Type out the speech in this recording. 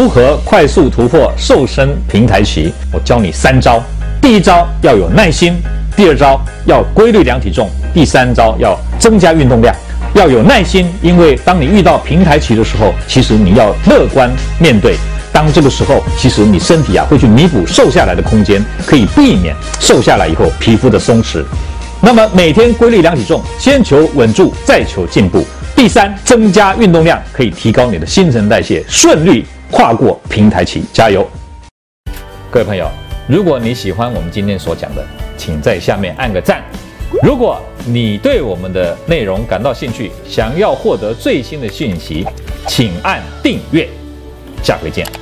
如何快速突破瘦身平台期？我教你3招。第1招要有耐心，第2招要规律量体重，第3招要增加运动量。要有耐心，因为当你遇到平台期的时候，其实你要乐观面对。当这个时候，其实你身体会去弥补瘦下来的空间，可以避免瘦下来以后皮肤的松弛。那么每天规律量体重，先求稳住，再求进步。第3，增加运动量，可以提高你的新陈代谢，顺利跨过平台期。加油！各位朋友，如果你喜欢我们今天所讲的，请在下面按个赞。如果你对我们的内容感到兴趣，想要获得最新的讯息，请按订阅。下回见。